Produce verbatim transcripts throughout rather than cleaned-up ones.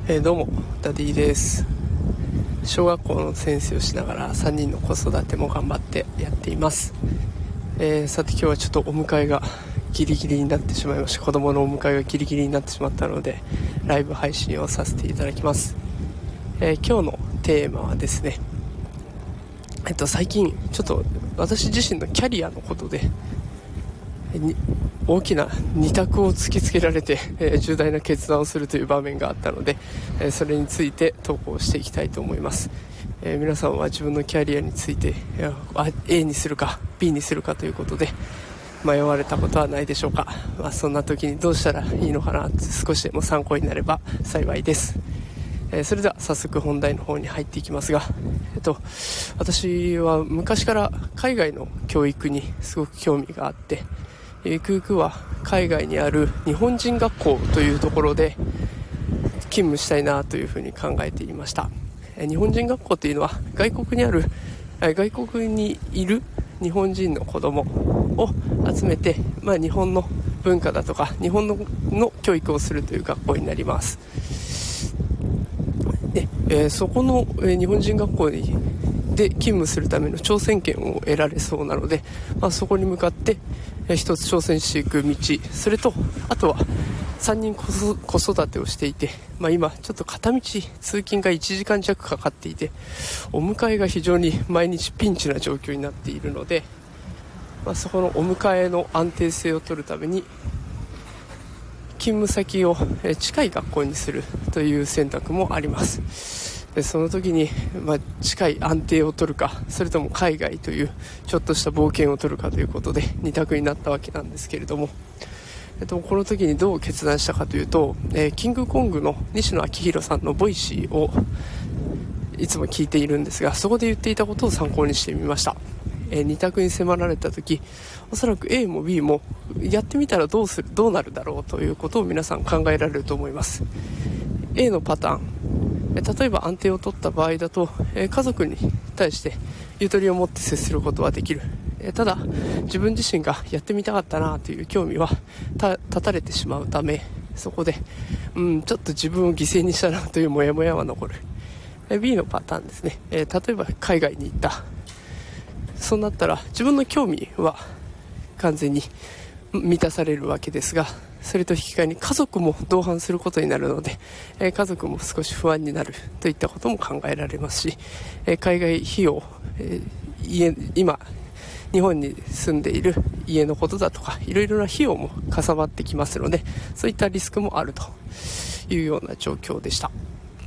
えー、どうもダディです。小学校の先生をしながらさんにんの子育ても頑張ってやっています。えー、さて今日はちょっとお迎えがギリギリになってしまいました。子供のお迎えがギリギリになってしまったのでライブ配信をさせていただきます。えー、今日のテーマはですね、えっと最近ちょっと私自身のキャリアのことで大きな二択を突きつけられて、えー、重大な決断をするという場面があったので、えー、それについて投稿していきたいと思います。えー、皆さんは自分のキャリアについて A にするか ビー にするかということで迷われたことはないでしょうか。まあ、そんな時にどうしたらいいのかな、少しでも参考になれば幸いです。えー、それでは早速本題の方に入っていきますが、えっと、私は昔から海外の教育にすごく興味があって、ゆくゆくは海外にある日本人学校というところで勤務したいなというふうに考えていました。日本人学校というのは外国にある外国にいる日本人の子供を集めて、まあ、日本の文化だとか日本の、の教育をするという学校になります。で、えー、そこの、えー、日本人学校にで勤務するための挑戦権を得られそうなので、まあ、そこに向かって、えー、一つ挑戦していく道、それとあとはさんにん子育てをしていて、まあ、今ちょっと片道通勤がいちじかん弱かかっていてお迎えが非常に毎日ピンチな状況になっているので、まあ、そこのお迎えの安定性を取るために勤務先を近い学校にするという選択もあります。でその時に、まあ、近い安定を取るかそれとも海外というちょっとした冒険を取るかということでに択になったわけなんですけれども、えっと、この時にどう決断したかというと、えー、キングコングの西野昭弘さんのボイシーをいつも聞いているんですが、そこで言っていたことを参考にしてみました。えー、に択に迫られた時、おそらく A も ビー もやってみたらどうするどうなるだろうということを皆さん考えられると思います。 A のパターン、えー、例えば安定を取った場合だと、えー、家族に対してゆとりを持って接することはできる。えー、ただ自分自身がやってみたかったなという興味はた断たれてしまうため、そこでうんちょっと自分を犠牲にしたなというモヤモヤは残る。えー、B のパターンですね、えー、例えば海外に行った、そうなったら自分の興味は完全に満たされるわけですが、それと引き換えに家族も同伴することになるので、えー、家族も少し不安になるといったことも考えられますし、えー、海外費用、えー、家今日本に住んでいる家のことだとかいろいろな費用もかさばってきますので、そういったリスクもあるというような状況でした。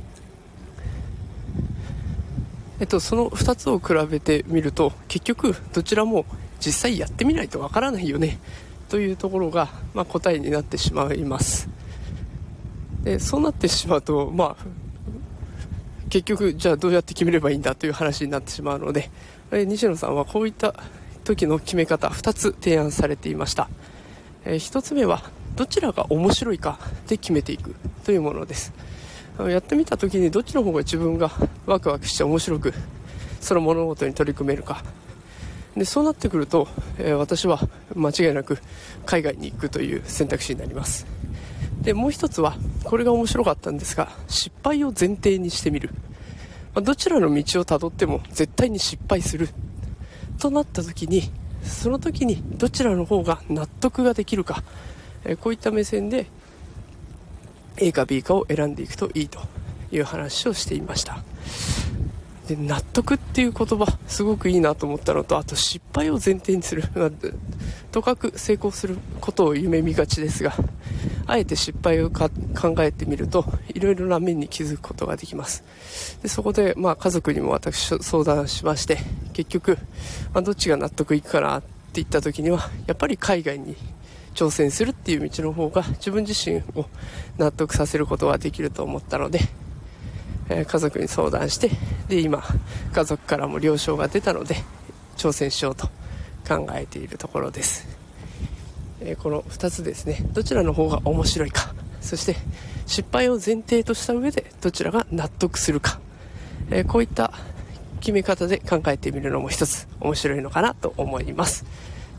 えっと、そのふたつを比べてみると結局どちらも実際やってみないとわからないよねというところが、まあ、答えになってしまいます。でそうなってしまうと、まあ、結局じゃあどうやって決めればいいんだという話になってしまうので、え西野さんはこういった時の決め方ふたつ提案されていました。えー、ひとつめはどちらが面白いかで決めていくというものです。やってみた時にどっちの方が自分がワクワクして面白くその物事に取り組めるかで、そうなってくると、えー、私は間違いなく海外に行くという選択肢になります。でもう一つはこれが面白かったんですが、失敗を前提にしてみる。まあ、どちらの道をたどっても絶対に失敗するとなった時に、その時にどちらの方が納得ができるか、えー、こういった目線でA か ビー かを選んでいくといいという話をしていました。で納得っていう言葉すごくいいなと思ったのと、あと失敗を前提にする、とかく成功することを夢見がちですが、あえて失敗をか考えてみるといろいろな面に気づくことができます。でそこで、まあ、家族にも私相談しまして、結局、まあ、どっちが納得いくかなっていった時にはやっぱり海外に挑戦するっていう道の方が自分自身を納得させることができると思ったので、えー、家族に相談して、で今家族からも了承が出たので挑戦しようと考えているところです。えー、このふたつですね、どちらの方が面白いか、そして失敗を前提とした上でどちらが納得するか、えー、こういった決め方で考えてみるのも一つ面白いのかなと思います。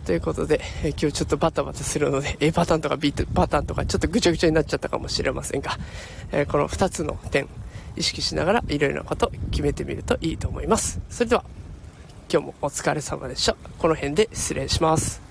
ということで、え今日ちょっとバタバタするので A パターンとか B パターンとかちょっとぐちゃぐちゃになっちゃったかもしれませんが、えこのふたつの点意識しながらいろいろなこと決めてみるといいと思います。それでは今日もお疲れ様でした。この辺で失礼します。